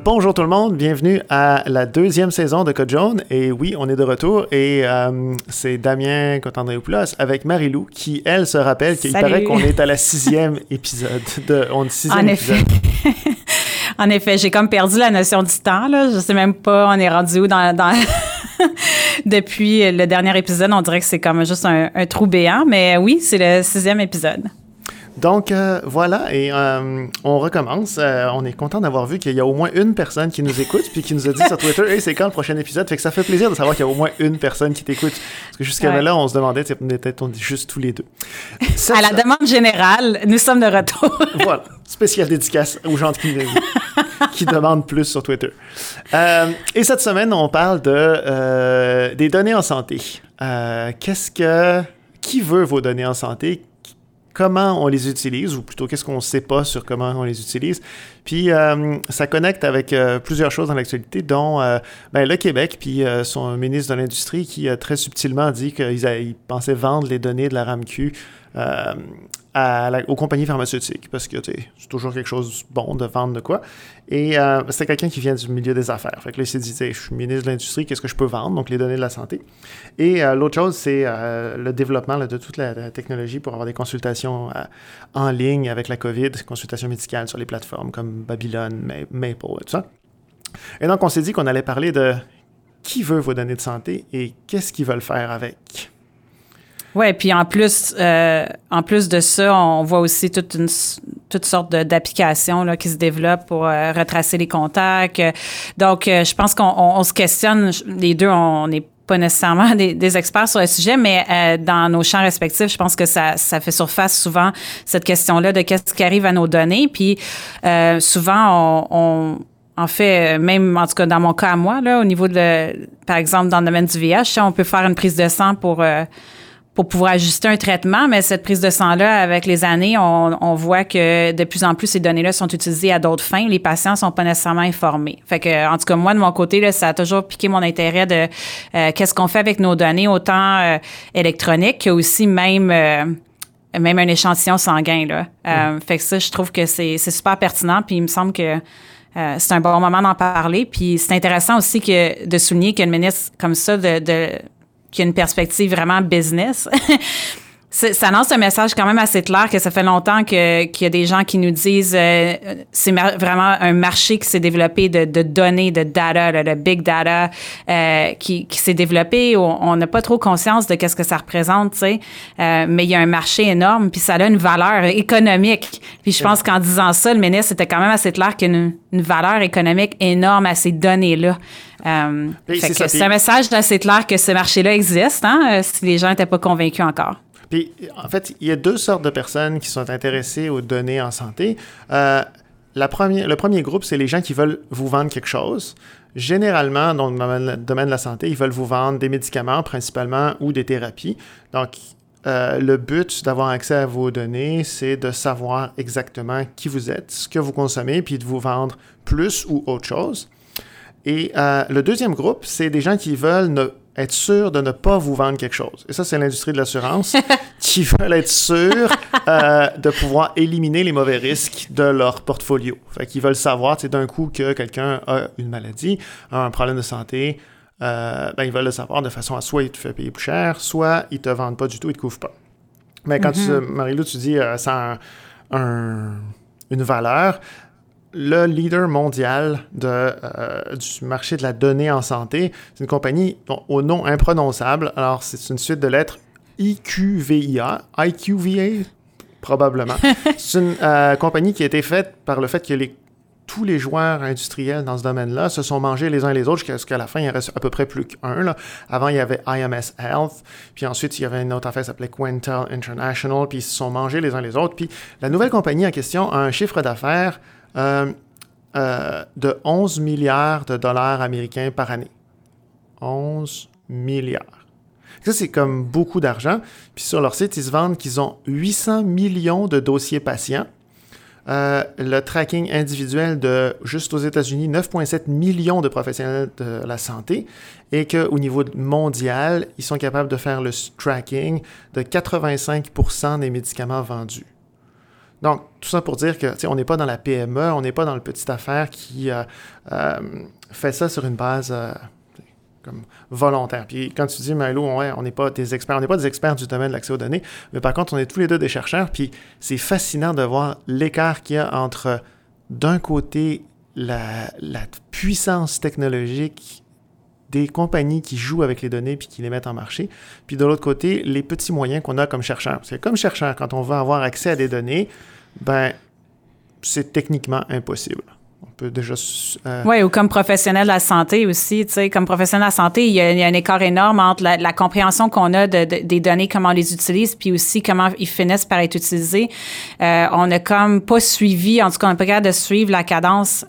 Bonjour tout le monde, bienvenue à la deuxième saison de Code Jaune. Et oui, on est de retour et c'est Damien Cotandréopoulos avec Marie-Lou qui, elle, se rappelle qu'il paraît qu'on est à la sixième épisode. En effet, j'ai comme perdu la notion du temps, là. Je sais même pas, on est rendu où dans... Depuis le dernier épisode, on dirait que c'est comme juste un trou béant, mais oui, c'est le 6e épisode. Donc, voilà, et on recommence. On est content d'avoir vu qu'il y a au moins une personne qui nous écoute puis qui nous a dit sur Twitter « Hey, c'est quand le prochain épisode? » Fait que ça fait plaisir de savoir qu'il y a au moins une personne qui t'écoute. Parce que jusqu'à là, on se demandait, peut-être on dit juste tous les deux. À la demande générale, nous sommes de retour. Voilà, spéciale dédicace aux gens qui demandent plus sur Twitter. Et cette semaine, on parle des données en santé. Qui veut vos données en santé? Comment on les utilise, ou plutôt qu'est-ce qu'on ne sait pas sur comment on les utilise. Puis ça connecte avec plusieurs choses dans l'actualité, dont le Québec, puis son ministre de l'Industrie qui a très subtilement dit qu'il pensait vendre les données de la RAMQ aux compagnies pharmaceutiques, parce que c'est toujours quelque chose de bon de vendre de quoi. Et c'est quelqu'un qui vient du milieu des affaires. Fait que là, il s'est dit, je suis ministre de l'Industrie, qu'est-ce que je peux vendre? Donc, les données de la santé. Et l'autre chose, c'est le développement de toute la technologie pour avoir des consultations en ligne avec la COVID, consultations médicales sur les plateformes comme Babylon, Maple et tout ça. Et donc, on s'est dit qu'on allait parler de qui veut vos données de santé et qu'est-ce qu'ils veulent faire avec. Oui, puis en plus de ça, on voit aussi toutes sortes d'applications là, qui se développent pour retracer les contacts. Donc, je pense qu'on se questionne, les deux, on n'est pas nécessairement des experts sur le sujet, mais dans nos champs respectifs, je pense que ça fait surface souvent, cette question-là de qu'est-ce qui arrive à nos données. Puis souvent, en fait, même en tout cas dans mon cas à moi, là, au niveau par exemple, dans le domaine du VIH, on peut faire une prise de sang pour pouvoir ajuster un traitement, mais cette prise de sang-là, avec les années, on voit que de plus en plus, ces données-là sont utilisées à d'autres fins. Les patients ne sont pas nécessairement informés. Fait que, en tout cas, moi, de mon côté, là, ça a toujours piqué mon intérêt de qu'est-ce qu'on fait avec nos données, et électroniques que aussi même un échantillon sanguin, là. Fait que ça, je trouve que c'est super pertinent, puis il me semble que c'est un bon moment d'en parler. Puis c'est intéressant aussi de souligner qu'une ministre comme ça, qui a une perspective vraiment business, ça lance un message quand même assez clair que ça fait longtemps qu'il y a des gens qui nous disent c'est vraiment un marché qui s'est développé de données, de data, le big data qui s'est développé. On n'a pas trop conscience de qu'est-ce que ça représente, tu sais. Mais il y a un marché énorme, puis ça a une valeur économique. Puis je pense qu'en disant ça, le ministre était quand même assez clair qu'il y a une valeur économique énorme à ces données-là. C'est un message assez clair que ce marché-là existe, si les gens n'étaient pas convaincus encore. Puis, en fait, il y a deux sortes de personnes qui sont intéressées aux données en santé. Le premier groupe, c'est les gens qui veulent vous vendre quelque chose. Généralement, dans le domaine de la santé, ils veulent vous vendre des médicaments principalement ou des thérapies. Donc, le but d'avoir accès à vos données, c'est de savoir exactement qui vous êtes, ce que vous consommez, puis de vous vendre plus ou autre chose. Et le deuxième groupe, c'est des gens qui veulent être sûrs de ne pas vous vendre quelque chose. Et ça, c'est l'industrie de l'assurance qui veulent être sûrs de pouvoir éliminer les mauvais risques de leur portfolio. Fait qu'ils veulent savoir, d'un coup, que quelqu'un a une maladie, a un problème de santé, ils veulent le savoir de façon à soit ils te font payer plus cher, soit ils te vendent pas du tout, ils te couvrent pas. Mais quand Marie-Lou, tu dis ça a une valeur, le leader mondial du marché de la donnée en santé, c'est une compagnie au nom imprononçable. Alors, c'est une suite de lettres IQVIA, probablement. C'est une compagnie qui a été faite par le fait que tous les joueurs industriels dans ce domaine-là se sont mangés les uns et les autres jusqu'à la fin, il en reste à peu près plus qu'un. Là. Avant, il y avait IMS Health, puis ensuite, il y avait une autre affaire qui s'appelait Quintel International, puis ils se sont mangés les uns les autres. Puis la nouvelle compagnie en question a un chiffre d'affaires de 11 milliards de dollars américains par année. 11 milliards. Ça, c'est comme beaucoup d'argent. Puis sur leur site, ils se vendent qu'ils ont 800 millions de dossiers patients. Le tracking individuel de, juste aux États-Unis, 9,7 millions de professionnels de la santé et qu'au niveau mondial, ils sont capables de faire le tracking de 85% des médicaments vendus. Donc, tout ça pour dire que, on n'est pas dans la PME, on n'est pas dans le petite affaire qui fait ça sur une base comme volontaire. Puis quand tu dis, Maëlo, ouais, on n'est pas des experts du domaine de l'accès aux données, mais par contre, on est tous les deux des chercheurs, puis c'est fascinant de voir l'écart qu'il y a entre, d'un côté, la puissance technologique des compagnies qui jouent avec les données puis qui les mettent en marché, puis de l'autre côté, les petits moyens qu'on a comme chercheurs. Parce que comme chercheur, quand on veut avoir accès à des données, ben c'est techniquement impossible. On peut déjà... Oui, ou comme professionnel de la santé aussi, tu sais, comme professionnel de la santé, il y a un écart énorme entre la compréhension qu'on a des données, comment on les utilise, puis aussi comment ils finissent par être utilisés. On n'a comme pas suivi, en tout cas, on n'est pas capable de suivre la cadence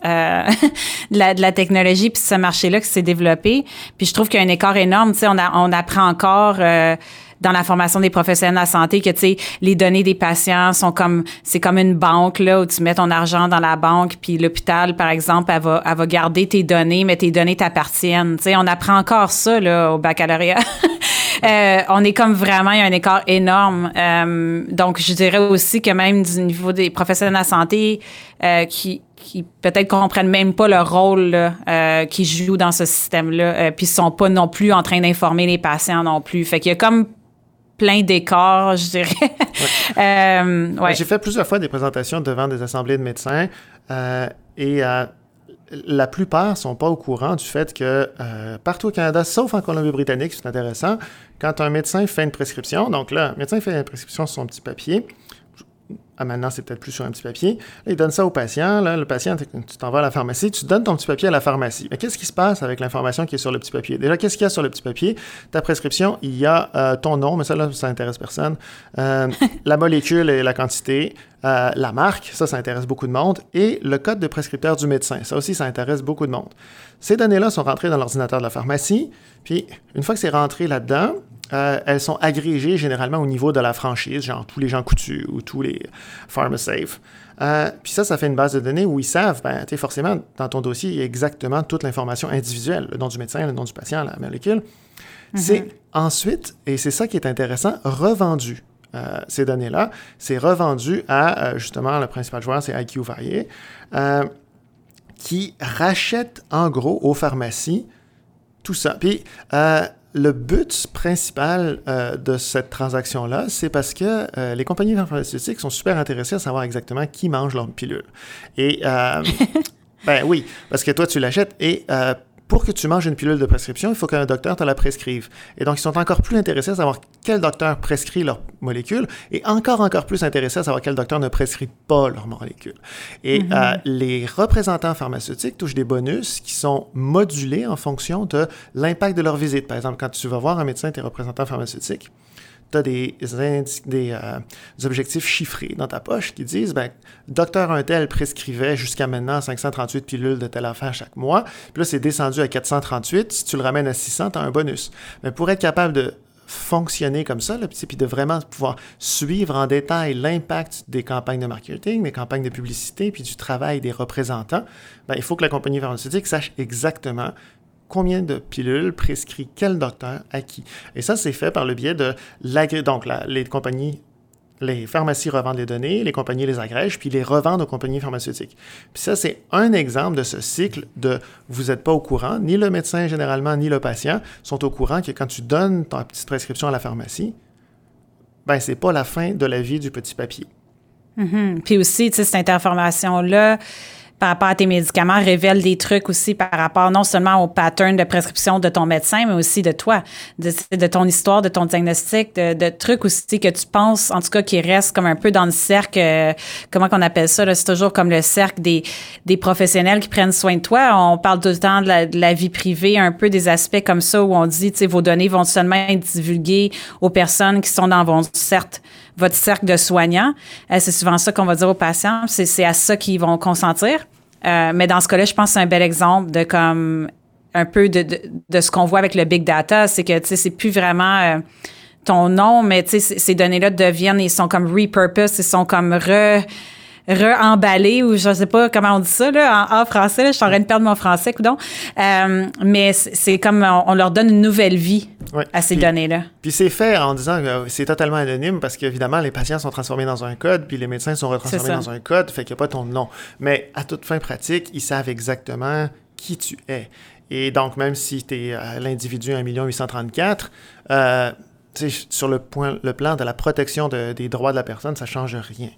de la technologie puis ce marché-là qui s'est développé. Puis je trouve qu'il y a un écart énorme, tu sais, on apprend encore... dans la formation des professionnels de la santé que, tu sais, les données des patients c'est comme une banque, là, où tu mets ton argent dans la banque, puis l'hôpital, par exemple, elle va garder tes données, mais tes données t'appartiennent. Tu sais, on apprend encore ça, là, au baccalauréat. On est comme vraiment, il y a un écart énorme. Donc, je dirais aussi que même du niveau des professionnels de la santé, qui peut-être comprennent même pas le rôle là, qu'ils jouent dans ce système-là, puis sont pas non plus en train d'informer les patients non plus. Fait qu'il y a comme plein d'écarts, je dirais. Ouais. J'ai fait plusieurs fois des présentations devant des assemblées de médecins et la plupart ne sont pas au courant du fait que partout au Canada, sauf en Colombie-Britannique, c'est intéressant, quand un médecin fait une prescription, donc là, un médecin fait une prescription sur son petit papier, maintenant, c'est peut-être plus sur un petit papier. Là, il donne ça au patient. Là, le patient, tu t'en vas à la pharmacie, tu donnes ton petit papier à la pharmacie. Mais qu'est-ce qui se passe avec l'information qui est sur le petit papier? Déjà, qu'est-ce qu'il y a sur le petit papier? Ta prescription, il y a ton nom, mais ça, là, ça intéresse personne. La molécule et la quantité. La marque, ça intéresse beaucoup de monde. Et le code de prescripteur du médecin. Ça aussi, ça intéresse beaucoup de monde. Ces données-là sont rentrées dans l'ordinateur de la pharmacie. Puis, une fois que c'est rentré là-dedans, elles sont agrégées généralement au niveau de la franchise, genre tous les Jean Coutu ou tous les PharmaSafe. Puis ça fait une base de données où ils savent, forcément, dans ton dossier, il y a exactement toute l'information individuelle, le nom du médecin, le nom du patient, la molécule. Mm-hmm. C'est ensuite, et c'est ça qui est intéressant, revendu. Ces données-là, c'est revendu à, justement, le principal joueur, c'est IQVIA, qui rachète en gros aux pharmacies tout ça. Puis, le but principal de cette transaction-là, c'est parce que les compagnies pharmaceutiques sont super intéressées à savoir exactement qui mange leur pilule. Et, ben oui, parce que toi, tu l'achètes et pour que tu manges une pilule de prescription, il faut qu'un docteur te la prescrive. Et donc, ils sont encore plus intéressés à savoir quel docteur prescrit leur molécule et encore plus intéressés à savoir quel docteur ne prescrit pas leur molécule. Et les représentants pharmaceutiques touchent des bonus qui sont modulés en fonction de l'impact de leur visite. Par exemple, quand tu vas voir un médecin, tes représentants pharmaceutiques, tu as des objectifs chiffrés dans ta poche qui disent, docteur un tel prescrivait jusqu'à maintenant 538 pilules de telle affaire chaque mois, puis là, c'est descendu à 438. Si tu le ramènes à 600, tu as un bonus. Mais pour être capable de fonctionner comme ça, là, puis de vraiment pouvoir suivre en détail l'impact des campagnes de marketing, des campagnes de publicité, puis du travail des représentants, il faut que la compagnie pharmaceutique sache exactement combien de pilules prescrit quel docteur à qui. Et ça, c'est fait par le biais de donc les pharmacies revendent les données, les compagnies les agrègent, puis les revendent aux compagnies pharmaceutiques. Puis ça, c'est un exemple de ce cycle de vous n'êtes pas au courant, ni le médecin généralement, ni le patient sont au courant que quand tu donnes ta petite prescription à la pharmacie, c'est pas la fin de la vie du petit papier. Mm-hmm. Puis aussi, tu sais, cette information-là, par rapport à tes médicaments, révèle des trucs aussi par rapport non seulement au pattern de prescription de ton médecin, mais aussi de toi, de ton histoire, de ton diagnostic, de trucs aussi que tu penses, en tout cas, qui restent comme un peu dans le cercle, comment qu'on appelle ça, là, c'est toujours comme le cercle des professionnels qui prennent soin de toi. On parle tout le temps de la vie privée, un peu des aspects comme ça où on dit, tu sais, vos données vont seulement être divulguées aux personnes qui sont dans votre cercle de soignants. C'est souvent ça qu'on va dire aux patients. C'est à ça qu'ils vont consentir. Mais dans ce cas-là, je pense que c'est un bel exemple de comme un peu de ce qu'on voit avec le big data. C'est que, tu sais, c'est plus vraiment ton nom, mais tu sais, ces données-là deviennent, ils sont comme repurposed, ils sont comme re-emballé, ou je sais pas comment on dit ça, là, en français, là, je suis en train de perdre mon français, coudonc. Mais c'est comme on leur donne une nouvelle vie à ces données-là. Puis c'est fait en disant que c'est totalement anonyme parce qu'évidemment, les patients sont transformés dans un code, puis les médecins sont retransformés dans un code, fait qu'il n'y a pas ton nom. Mais à toute fin pratique, ils savent exactement qui tu es. Et donc, même si tu es l'individu 1 834 sur le plan de la protection des droits de la personne, ça ne change rien.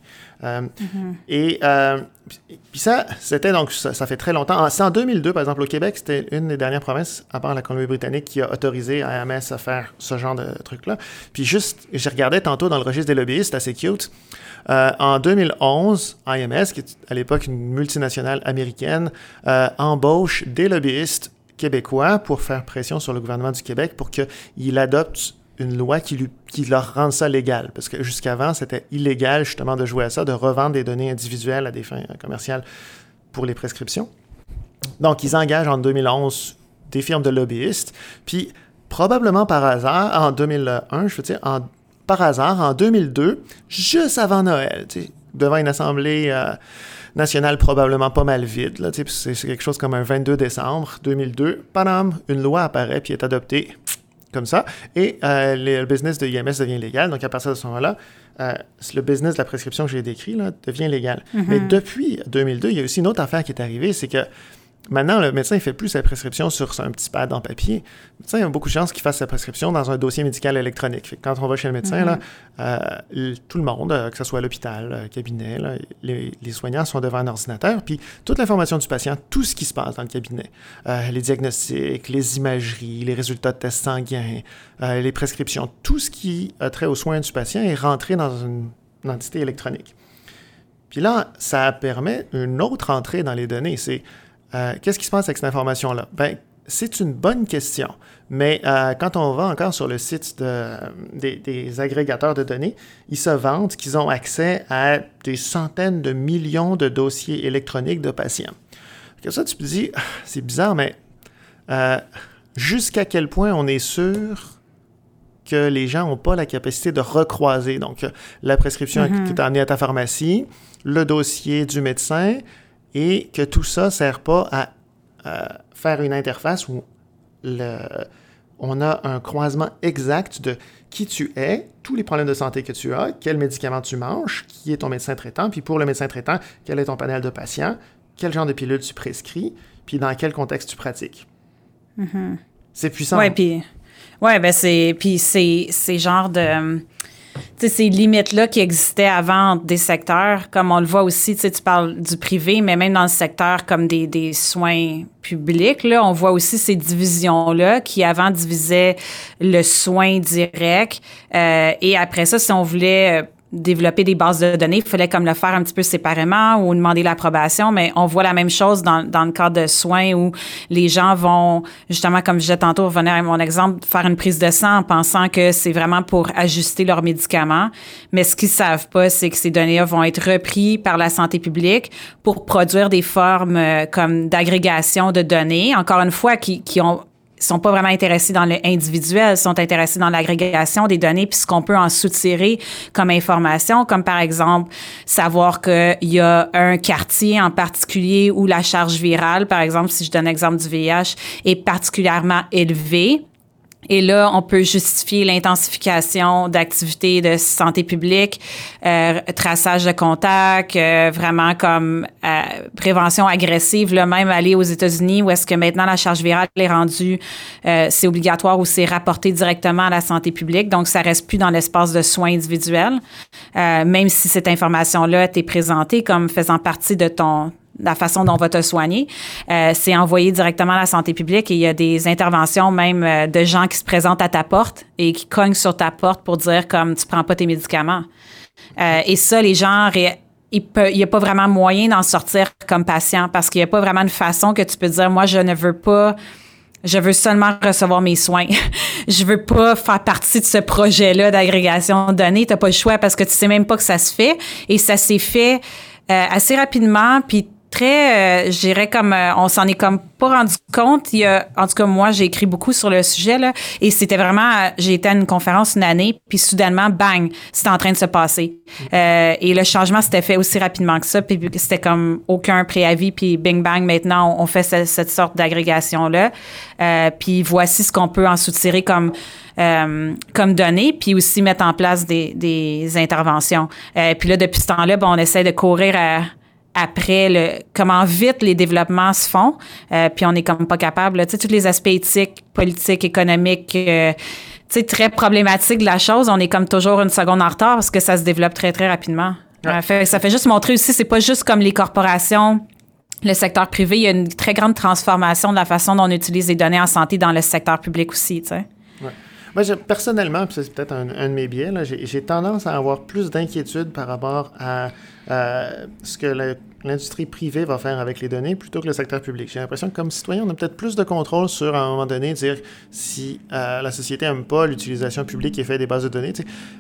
Et puis ça, c'était donc, ça fait très longtemps. C'est en 2002, par exemple, au Québec, c'était une des dernières provinces, à part la Colombie-Britannique, qui a autorisé AMS à faire ce genre de truc-là. Puis juste, je regardais tantôt dans le registre des lobbyistes, assez cute. En 2011, AMS, qui est à l'époque une multinationale américaine, embauche des lobbyistes québécois pour faire pression sur le gouvernement du Québec pour qu'il adopte une loi qui leur rende ça légal. Parce que jusqu'avant, c'était illégal justement de jouer à ça, de revendre des données individuelles à des fins commerciales pour les prescriptions. Donc, ils engagent en 2011 des firmes de lobbyistes. Puis, probablement par hasard, en 2001, je veux dire, par hasard, en 2002, juste avant Noël, devant une assemblée nationale probablement pas mal vide, là, c'est quelque chose comme un 22 décembre 2002, padam, une loi apparaît puis est adoptée comme ça, et le business de IMS devient légal. Donc, à partir de ce moment-là, le business de la prescription que j'ai décrit là, devient légal. Mais depuis 2002, il y a aussi une autre affaire qui est arrivée, c'est que maintenant, le médecin ne fait plus sa prescription sur un petit pad en papier. Le médecin, il y a beaucoup de chances qu'il fasse sa prescription dans un dossier médical électronique. Fait que quand on va chez le médecin, là, tout le monde, que ce soit à l'hôpital, cabinet, là, les soignants sont devant un ordinateur, puis toute l'information du patient, tout ce qui se passe dans le cabinet, les diagnostics, les imageries, les résultats de tests sanguins, les prescriptions, tout ce qui a trait aux soins du patient est rentré dans une entité électronique. Puis là, ça permet une autre entrée dans les données. C'est qu'est-ce qui se passe avec cette information-là? Bien, c'est une bonne question, mais quand on va encore sur le site des agrégateurs de données, ils se vantent qu'ils ont accès à des centaines de millions de dossiers électroniques de patients. Que ça, tu te dis, c'est bizarre, mais jusqu'à quel point on est sûr que les gens n'ont pas la capacité de recroiser? Donc, la prescription qui t'a amenée à ta pharmacie, le dossier du médecin, et que tout ça ne sert pas à faire une interface où on a un croisement exact de qui tu es, tous les problèmes de santé que tu as, quel médicament tu manges, qui est ton médecin traitant, puis pour le médecin traitant, quel est ton panel de patients, quel genre de pilule tu prescris, puis dans quel contexte tu pratiques. C'est puissant. Oui, puis c'est genre de... Tu sais, ces limites-là qui existaient avant des secteurs, comme on le voit aussi, tu sais, tu parles du privé, mais même dans le secteur comme des soins publics, là, on voit aussi ces divisions-là qui avant divisaient le soin direct. Et après ça, si on voulait développer des bases de données, il fallait comme le faire un petit peu séparément ou demander l'approbation, mais on voit la même chose dans le cadre de soins où les gens vont, justement, comme je disais tantôt, revenir à mon exemple, faire une prise de sang en pensant que c'est vraiment pour ajuster leurs médicaments. Mais ce qu'ils savent pas, c'est que ces données-là vont être reprises par la santé publique pour produire des formes comme d'agrégation de données, encore une fois, qui sont pas vraiment intéressés dans le individuel, sont intéressés dans l'agrégation des données puis ce qu'on peut en soutirer comme information, comme par exemple savoir qu'il y a un quartier en particulier où la charge virale, par exemple, si je donne l'exemple du VIH, est particulièrement élevée. Et là, on peut justifier l'intensification d'activités de santé publique, traçage de contacts, vraiment comme prévention agressive, là, même aller aux États-Unis où est-ce que maintenant la charge virale est rendue, c'est obligatoire ou c'est rapporté directement à la santé publique. Donc, ça reste plus dans l'espace de soins individuels, même si cette information-là t'est présentée comme faisant partie de la façon dont on va te soigner, c'est envoyé directement à la santé publique et il y a des interventions même de gens qui se présentent à ta porte et qui cognent sur ta porte pour dire comme tu prends pas tes médicaments. Et ça, les gens, il n'y a pas vraiment moyen d'en sortir comme patient parce qu'il n'y a pas vraiment une façon que tu peux dire, moi, je ne veux pas... Je veux seulement recevoir mes soins. Je veux pas faire partie de ce projet-là d'agrégation de données. T'as pas le choix parce que tu sais même pas que ça se fait. Et ça s'est fait assez rapidement, puis je dirais comme on s'en est comme pas rendu compte. En tout cas, moi, j'ai écrit beaucoup sur le sujet, là, et c'était vraiment, j'ai été à une conférence une année, puis soudainement, bang, c'était en train de se passer. Et le changement s'était fait aussi rapidement que ça, puis c'était comme aucun préavis, puis bing bang, maintenant, on fait cette sorte d'agrégation-là. Puis voici ce qu'on peut en soutirer comme données, puis aussi mettre en place des interventions. Puis là, depuis ce temps-là, on essaie de courir après comment vite les développements se font, puis on est comme pas capable. Tu sais, tous les aspects éthiques, politiques, économiques, tu sais, très problématiques de la chose, on est comme toujours une seconde en retard parce que ça se développe très, très rapidement. Ouais. Ça fait juste montrer aussi, c'est pas juste comme les corporations, le secteur privé, il y a une très grande transformation de la façon dont on utilise les données en santé dans le secteur public aussi, tu sais. Ouais. Moi, personnellement, puis c'est peut-être un de mes biais, là, j'ai tendance à avoir plus d'inquiétude par rapport à ce que l'industrie privée va faire avec les données plutôt que le secteur public. J'ai l'impression que comme citoyen, on a peut-être plus de contrôle sur, à un moment donné, dire si la société n'aime pas l'utilisation publique qui est faite des bases de données.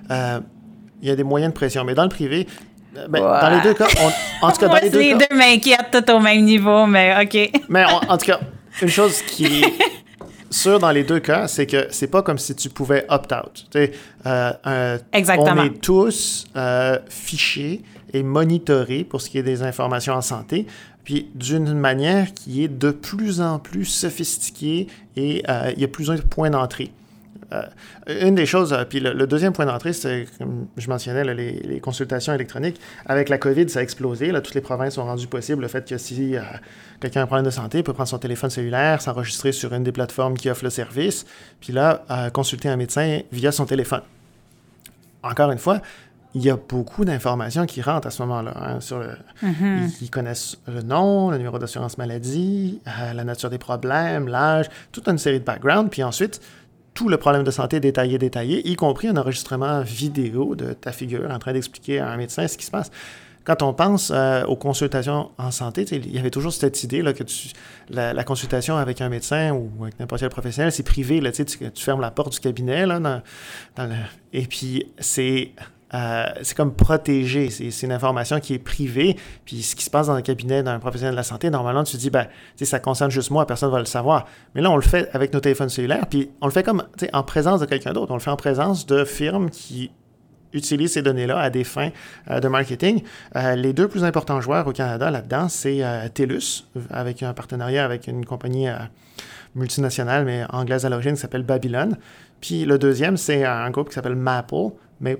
Il y a des moyens de pression. Mais dans le privé, dans les deux cas, en tout cas, dans les deux cas... Les deux m'inquiètent tout au même niveau, mais OK. Mais en tout cas, une chose qui est sûre dans les deux cas, c'est que c'est pas comme si tu pouvais opt-out. Exactement. On est tous fichés et monitorés pour ce qui est des informations en santé, puis d'une manière qui est de plus en plus sophistiquée et il y a plusieurs points d'entrée. Une des choses, puis le deuxième point d'entrée, c'est, comme je mentionnais, là, les consultations électroniques. Avec la COVID, ça a explosé. Là, toutes les provinces ont rendu possible le fait que si quelqu'un a un problème de santé, il peut prendre son téléphone cellulaire, s'enregistrer sur une des plateformes qui offre le service, puis là, consulter un médecin via son téléphone. Encore une fois, il y a beaucoup d'informations qui rentrent à ce moment-là. Ils connaissent le nom, le numéro d'assurance maladie, la nature des problèmes, l'âge, toute une série de backgrounds, puis ensuite, tout le problème de santé détaillé, y compris un enregistrement vidéo de ta figure en train d'expliquer à un médecin ce qui se passe. Quand on pense aux consultations en santé, il y avait toujours cette idée là, que la consultation avec un médecin ou avec n'importe quel professionnel, c'est privé. Là, tu fermes la porte du cabinet là, et puis c'est comme protégé. C'est une information qui est privée. Puis ce qui se passe dans le cabinet d'un professionnel de la santé, normalement, tu te dis, ça concerne juste moi, personne ne va le savoir. Mais là, on le fait avec nos téléphones cellulaires, puis on le fait comme en présence de quelqu'un d'autre. On le fait en présence de firmes qui utilisent ces données-là à des fins de marketing. Les deux plus importants joueurs au Canada là-dedans, c'est TELUS, avec un partenariat avec une compagnie multinationale, mais anglaise à l'origine, qui s'appelle Babylon. Puis le deuxième, c'est un groupe qui s'appelle Maple,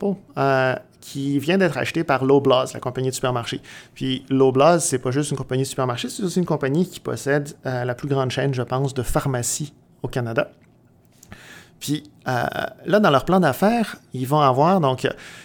qui vient d'être acheté par Loblaws, la compagnie de supermarché. Puis Loblaws, c'est pas juste une compagnie de supermarché, c'est aussi une compagnie qui possède la plus grande chaîne, je pense, de pharmacie au Canada. Puis là, dans leur plan d'affaires, ils vont avoir, donc,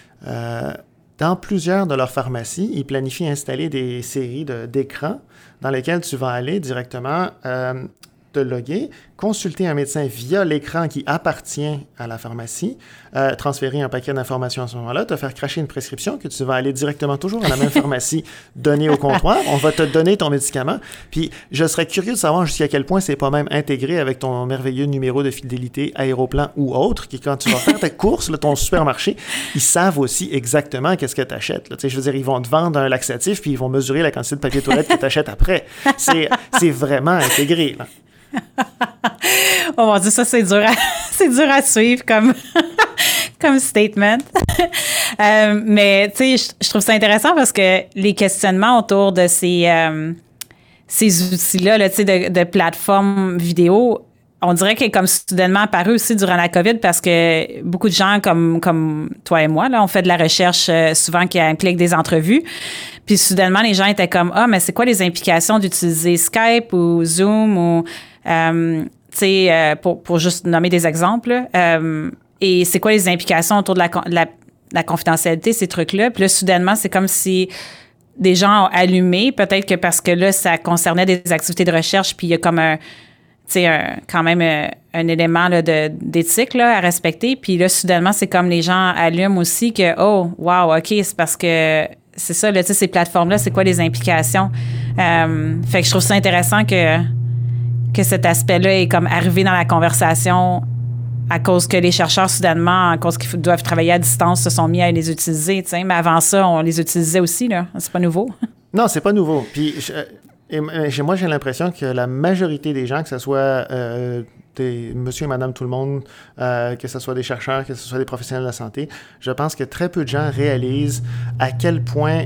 dans plusieurs de leurs pharmacies, ils planifient installer des séries d'écrans dans lesquels tu vas aller directement te loguer, consulter un médecin via l'écran qui appartient à la pharmacie, transférer un paquet d'informations à ce moment-là, te faire cracher une prescription que tu vas aller directement toujours à la même pharmacie, donner au comptoir, on va te donner ton médicament, puis je serais curieux de savoir jusqu'à quel point c'est pas même intégré avec ton merveilleux numéro de fidélité Aéroplan ou autre, qui quand tu vas faire tes courses, là, ton supermarché, ils savent aussi exactement qu'est-ce que tu achètes. Là. Je veux dire, ils vont te vendre un laxatif, puis ils vont mesurer la quantité de papier toilette que tu achètes après. C'est vraiment intégré, là. Oh mon Dieu, ça, c'est dur à suivre comme statement. Mais, tu sais, je trouve ça intéressant parce que les questionnements autour de ces outils-là, là, tu sais, de plateformes vidéo, on dirait qu'elle est comme soudainement apparu aussi durant la COVID parce que beaucoup de gens comme toi et moi, là, on fait de la recherche souvent qui implique des entrevues. Puis soudainement, les gens étaient comme « Ah, mais c'est quoi les implications d'utiliser Skype ou Zoom ou... » tu sais, pour juste nommer des exemples. Et c'est quoi les implications autour de la confidentialité, ces trucs-là? Puis là, soudainement, c'est comme si des gens ont allumé, peut-être que parce que là, ça concernait des activités de recherche, puis il y a comme quand même un élément là, d'éthique là, à respecter. Puis là, soudainement, c'est comme les gens allument aussi que « Oh, wow, OK, c'est parce que... » C'est ça, là, tu sais, ces plateformes-là, c'est quoi les implications? Fait que je trouve ça intéressant que cet aspect-là est comme arrivé dans la conversation à cause que les chercheurs, soudainement, à cause qu'ils doivent travailler à distance, se sont mis à les utiliser, tu sais. Mais avant ça, on les utilisait aussi, là. C'est pas nouveau. Non, c'est pas nouveau. Puis, moi, j'ai l'impression que la majorité des gens, que ce soit des monsieur et madame tout le monde, que ce soit des chercheurs, que ce soit des professionnels de la santé, je pense que très peu de gens réalisent à quel point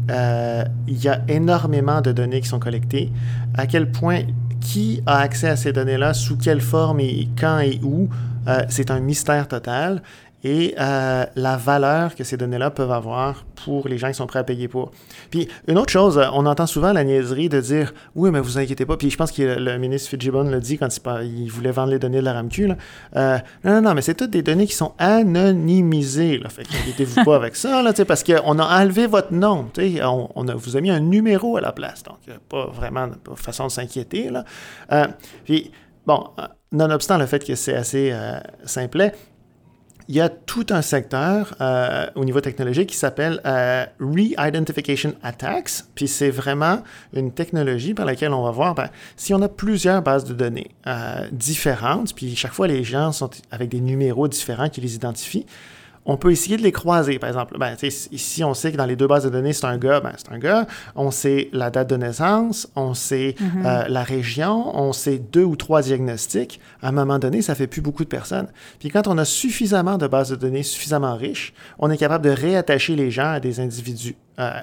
il y a énormément de données qui sont collectées, à quel point qui a accès à ces données-là, sous quelle forme et quand et où, c'est un mystère total. Et la valeur que ces données-là peuvent avoir pour les gens qui sont prêts à payer pour. Puis, une autre chose, on entend souvent la niaiserie de dire « Oui, mais vous inquiétez pas », puis je pense que le ministre Fitzgibbon l'a dit quand il voulait vendre les données de la RAMQ, là. Non, mais c'est toutes des données qui sont anonymisées, là. Fait qu'inquiétez-vous pas avec ça, là, parce qu'on a enlevé votre nom, vous a mis un numéro à la place, donc pas vraiment de façon de s'inquiéter, là. Puis, bon, nonobstant le fait que c'est assez simplet, il y a tout un secteur au niveau technologique qui s'appelle Re-Identification Attacks. Puis c'est vraiment une technologie par laquelle on va voir, si on a plusieurs bases de données différentes, puis chaque fois les gens sont avec des numéros différents qui les identifient, on peut essayer de les croiser, par exemple. Ici, on sait que dans les deux bases de données, c'est un gars, c'est un gars. On sait la date de naissance, on sait la région, on sait 2 ou 3 diagnostics. À un moment donné, ça fait plus beaucoup de personnes. Puis quand on a suffisamment de bases de données suffisamment riches, on est capable de réattacher les gens à des individus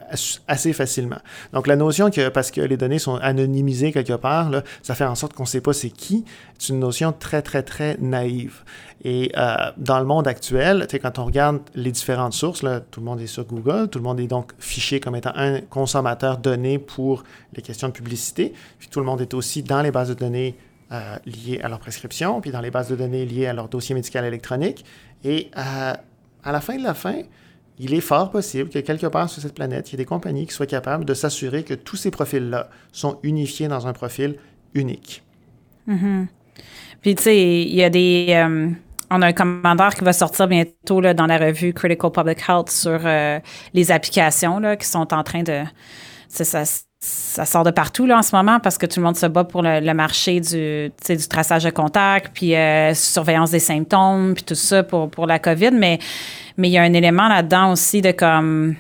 assez facilement. Donc, la notion que, parce que les données sont anonymisées quelque part, là, ça fait en sorte qu'on ne sait pas c'est qui, c'est une notion très, très, très naïve. Et dans le monde actuel, quand on regarde les différentes sources, là, tout le monde est sur Google, tout le monde est donc fiché comme étant un consommateur donné pour les questions de publicité, puis tout le monde est aussi dans les bases de données liées à leur prescription, puis dans les bases de données liées à leur dossier médical électronique. Et à la fin de la fin, il est fort possible que quelque part sur cette planète, il y ait des compagnies qui soient capables de s'assurer que tous ces profils-là sont unifiés dans un profil unique. Mm-hmm. Puis, tu sais, il y a des... on a un commentaire qui va sortir bientôt là, dans la revue Critical Public Health sur les applications là, qui sont en train de... Ça sort de partout là, en ce moment parce que tout le monde se bat pour le marché du traçage de contacts, puis surveillance des symptômes, puis tout ça pour la COVID. Mais il y a un élément là-dedans aussi de comme...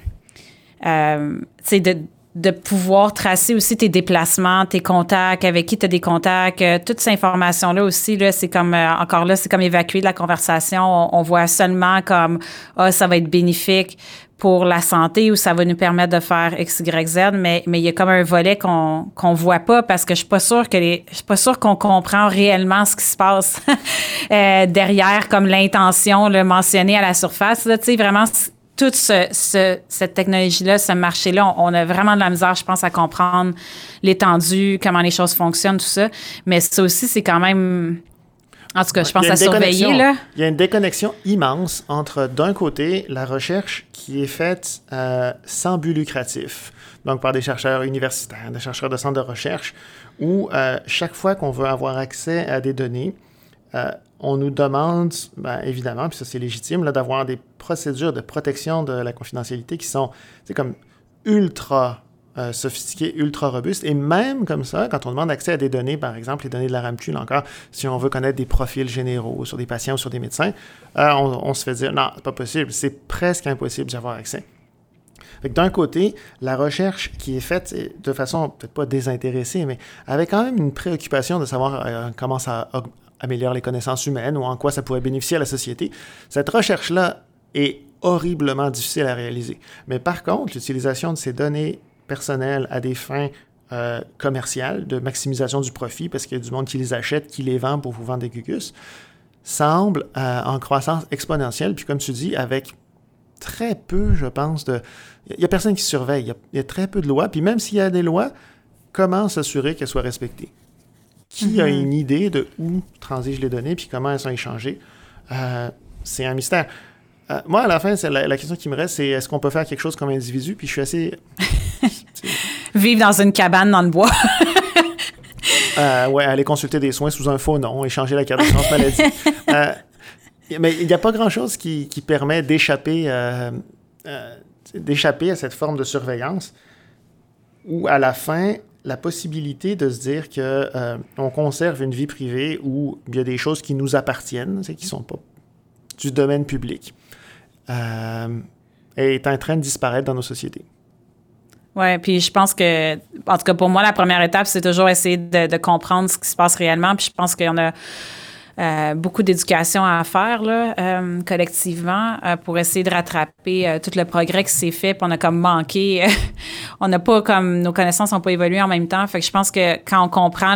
de pouvoir tracer aussi tes déplacements, tes contacts, avec qui tu as des contacts, toute cette information-là aussi, là, c'est comme, encore là, c'est comme évacuer de la conversation. On voit seulement comme, ça va être bénéfique pour la santé ou ça va nous permettre de faire X, Y, Z, mais il y a comme un volet qu'on voit pas parce que je suis pas sûre qu'on comprend réellement ce qui se passe derrière, comme l'intention là, mentionnée à la surface. Tu sais, vraiment... Toute cette technologie-là, ce marché-là, on a vraiment de la misère, je pense, à comprendre l'étendue, comment les choses fonctionnent, tout ça. Mais ça aussi, c'est quand même... En tout cas, je pense à surveiller, là. Il y a une déconnexion immense entre, d'un côté, la recherche qui est faite sans but lucratif, donc par des chercheurs universitaires, des chercheurs de centres de recherche, où chaque fois qu'on veut avoir accès à des données, on nous demande, évidemment, puis ça c'est légitime, là, d'avoir des procédures de protection de la confidentialité qui sont comme ultra sophistiquées, ultra robustes. Et même comme ça, quand on demande accès à des données, par exemple les données de la RAMQ, là encore, si on veut connaître des profils généraux sur des patients ou sur des médecins, on se fait dire, non, c'est pas possible, c'est presque impossible d'y avoir accès. Fait que d'un côté, la recherche qui est faite de façon peut-être pas désintéressée, mais avec quand même une préoccupation de savoir comment ça améliore les connaissances humaines ou en quoi ça pourrait bénéficier à la société, cette recherche-là est horriblement difficile à réaliser. Mais par contre, l'utilisation de ces données personnelles à des fins commerciales, de maximisation du profit, parce qu'il y a du monde qui les achète, qui les vend pour vous vendre des gugus, semble en croissance exponentielle. Puis comme tu dis, avec très peu, je pense, il n'y a personne qui surveille. Il y a très peu de lois. Puis même s'il y a des lois, comment s'assurer qu'elles soient respectées? Qui a une idée de où transigent les données puis comment elles sont échangées? C'est un mystère. Moi, à la fin, c'est la question qui me reste, c'est est-ce qu'on peut faire quelque chose comme individu? Puis je suis assez... Vivre dans une cabane dans le bois. Ouais, aller consulter des soins sous un faux nom, échanger la carte d'assurance maladie. Mais il n'y a pas grand-chose qui permet d'échapper à cette forme de surveillance où, à la fin, la possibilité de se dire qu'on conserve une vie privée où il y a des choses qui nous appartiennent, qui ne sont pas du domaine public, est en train de disparaître dans nos sociétés. Oui, puis je pense que, en tout cas pour moi, la première étape, c'est toujours essayer de comprendre ce qui se passe réellement. Puis je pense qu'on a beaucoup d'éducation à faire là, collectivement pour essayer de rattraper tout le progrès qui s'est fait. Puis on a comme manqué, on n'a pas comme, nos connaissances n'ont pas évolué en même temps. Fait que je pense que quand on comprend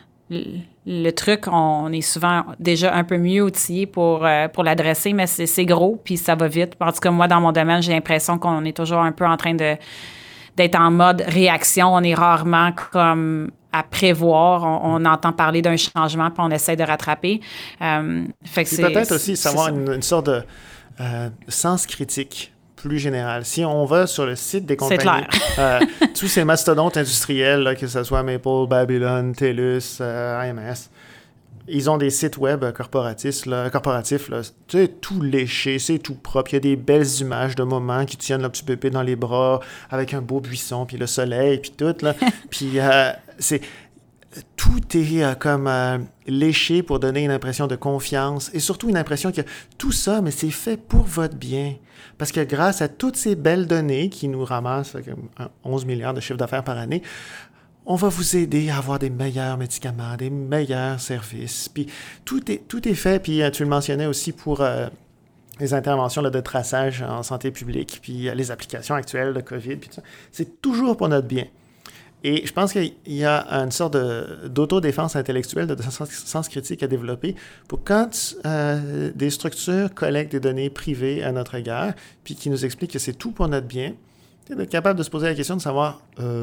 le truc, on est souvent déjà un peu mieux outillé pour l'adresser, mais c'est gros, puis ça va vite. En tout cas, moi, dans mon domaine, j'ai l'impression qu'on est toujours un peu en train d'être en mode réaction. On est rarement comme à prévoir. On entend parler d'un changement, puis on essaie de rattraper. Fait que c'est peut-être aussi savoir une sorte de sens critique plus général. Si on va sur le site des compagnies, tous ces mastodontes industriels, là, que ce soit Maple, Babylon, TELUS, IMS, ils ont des sites web corporatifs, là, tu sais, tout léché, c'est tout propre. Il y a des belles images de moments qui tiennent le petit bébé dans les bras avec un beau buisson, puis le soleil, puis tout, là. Puis tout est comme léché pour donner une impression de confiance et surtout une impression que tout ça, mais c'est fait pour votre bien. Parce que grâce à toutes ces belles données qui nous ramassent 11 milliards de chiffre d'affaires par année, on va vous aider à avoir des meilleurs médicaments, des meilleurs services. Puis tout est fait, puis tu le mentionnais aussi pour les interventions là, de traçage en santé publique, puis les applications actuelles de COVID, puis tout ça. C'est toujours pour notre bien. Et je pense qu'il y a une sorte d'autodéfense intellectuelle, de sens critique à développer pour quand des structures collectent des données privées à notre égard, puis qui nous expliquent que c'est tout pour notre bien, d'être capable de se poser la question de savoir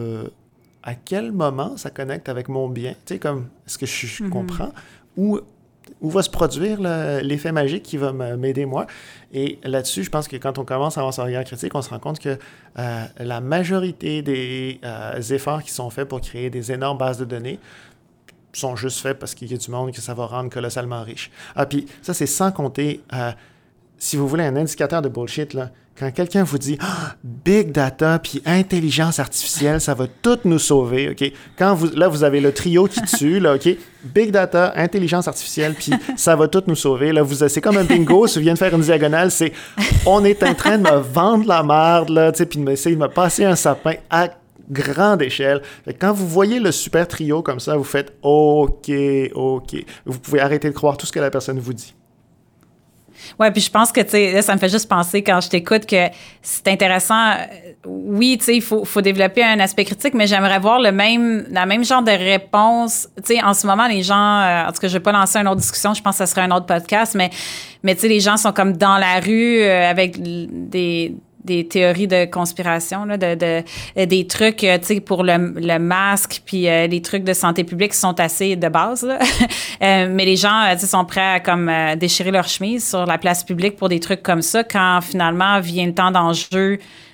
à quel moment ça connecte avec mon bien, tu sais, comme est-ce que je comprends, où va se produire l'effet magique qui va m'aider moi. Et là-dessus, je pense que quand on commence à avoir ce regard critique, on se rend compte que la majorité des efforts qui sont faits pour créer des énormes bases de données sont juste faits parce qu'il y a du monde que ça va rendre colossalement riche. Ah, puis ça, c'est sans compter, si vous voulez un indicateur de bullshit, là, quand quelqu'un vous dit Big Data puis intelligence artificielle, ça va tout nous sauver, OK? Là, vous avez le trio qui tue, là, OK? Big Data, intelligence artificielle, puis ça va tout nous sauver. Là, c'est comme un bingo, si vous venez de faire une diagonale, c'est on est en train de me vendre la merde, là, tu sais, puis d'essayer de me passer un sapin à grande échelle. Fait que quand vous voyez le super trio comme ça, vous faites OK. Vous pouvez arrêter de croire tout ce que la personne vous dit. Oui, puis je pense que, tu sais, là, ça me fait juste penser quand je t'écoute que c'est intéressant. Oui, tu sais, il faut développer un aspect critique, mais j'aimerais voir la même genre de réponse. Tu sais, en ce moment, les gens, en tout cas, je vais pas lancer une autre discussion, je pense que ça serait un autre podcast, mais tu sais, les gens sont comme dans la rue avec des théories de conspiration, là, des trucs, tu sais, pour le masque, puis les trucs de santé publique sont assez de base, là. Mais les gens, tu sais, sont prêts à comme déchirer leur chemise sur la place publique pour des trucs comme ça quand finalement vient le temps d'enjeux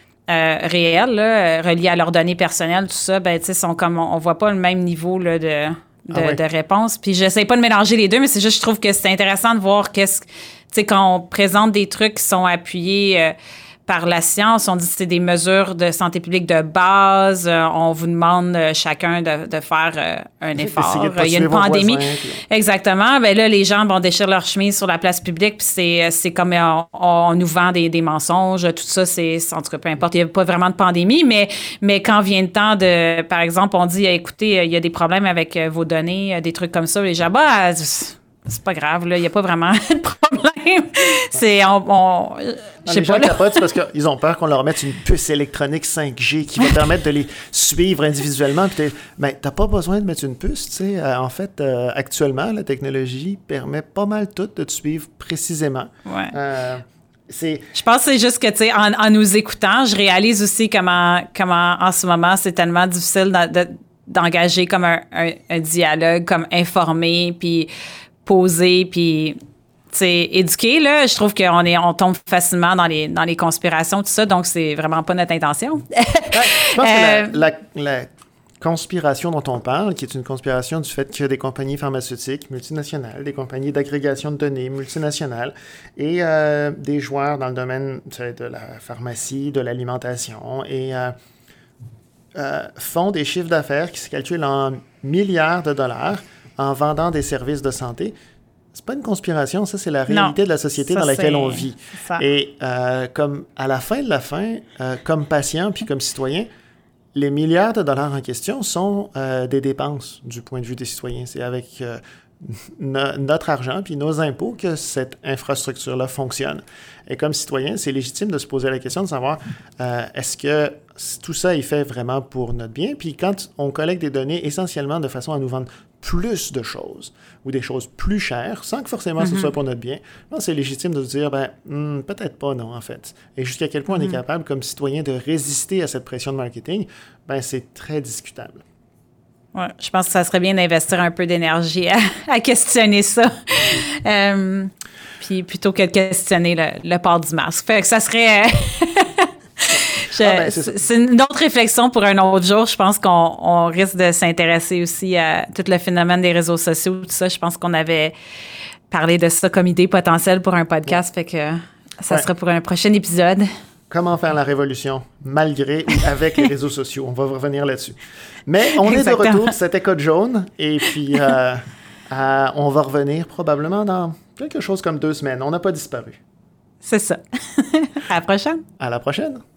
réels, là, reliés à leurs données personnelles, tout ça, ben, tu sais, sont comme, on voit pas le même niveau, là, de réponse. Puis j'essaie pas de mélanger les deux, mais c'est juste, je trouve que c'est intéressant de voir tu sais, quand on présente des trucs qui sont appuyés par la science, on dit que c'est des mesures de santé publique de base. On vous demande chacun de faire un effort. Il y a une pandémie. Exactement. Ben là, les gens déchirent leur chemise sur la place publique, puis c'est comme on nous vend des mensonges. Tout ça, c'est en tout cas, peu importe. Il n'y a pas vraiment de pandémie, mais quand vient le temps de, par exemple, on dit, écoutez, il y a des problèmes avec vos données, des trucs comme ça, les gens, c'est pas grave, là, il n'y a pas vraiment de problème. C'est, je sais pas, là. Capotent, c'est parce qu'ils ont peur qu'on leur mette une puce électronique 5G qui va permettre de les suivre individuellement. Puis t'as pas besoin de mettre une puce, tu sais. En fait, actuellement, la technologie permet pas mal tout de te suivre précisément. Ouais. Je pense que c'est juste que, tu sais, en nous écoutant, je réalise aussi comment en ce moment, c'est tellement difficile d'engager comme un dialogue, comme informé, puis posé, puis éduqué, là. Je trouve qu'on tombe facilement dans les conspirations, tout ça, donc c'est vraiment pas notre intention. Je pense que la conspiration dont on parle, qui est une conspiration du fait qu'il y a des compagnies pharmaceutiques multinationales, des compagnies d'agrégation de données multinationales et des joueurs dans le domaine de la pharmacie, de l'alimentation et font des chiffres d'affaires qui se calculent en milliards de dollars en vendant des services de santé. C'est pas une conspiration, ça, c'est la réalité de la société dans laquelle on vit. Et comme à la fin de la fin, comme patient puis comme citoyen, les milliards de dollars en question sont des dépenses du point de vue des citoyens. C'est avec notre argent puis nos impôts que cette infrastructure-là fonctionne. Et comme citoyen, c'est légitime de se poser la question de savoir est-ce que tout ça est fait vraiment pour notre bien? Puis quand on collecte des données essentiellement de façon à nous vendre plus de choses ou des choses plus chères, sans que forcément ce soit pour notre bien, c'est légitime de se dire, peut-être pas, non, en fait. Et jusqu'à quel point on est capable, comme citoyen, de résister à cette pression de marketing, c'est très discutable. Ouais, je pense que ça serait bien d'investir un peu d'énergie à questionner ça. Puis plutôt que de questionner le port du masque. Fait que ça serait... c'est une autre réflexion pour un autre jour. Je pense qu'on risque de s'intéresser aussi à tout le phénomène des réseaux sociaux, tout ça. Je pense qu'on avait parlé de ça comme idée potentielle pour un podcast. Fait que ça serait pour un prochain épisode. Comment faire la révolution malgré ou avec les réseaux sociaux. On va revenir là-dessus. Mais on est de retour. C'était Code Jaune. Et puis, on va revenir probablement dans quelque chose comme 2 semaines. On n'a pas disparu. C'est ça. À la prochaine. À la prochaine.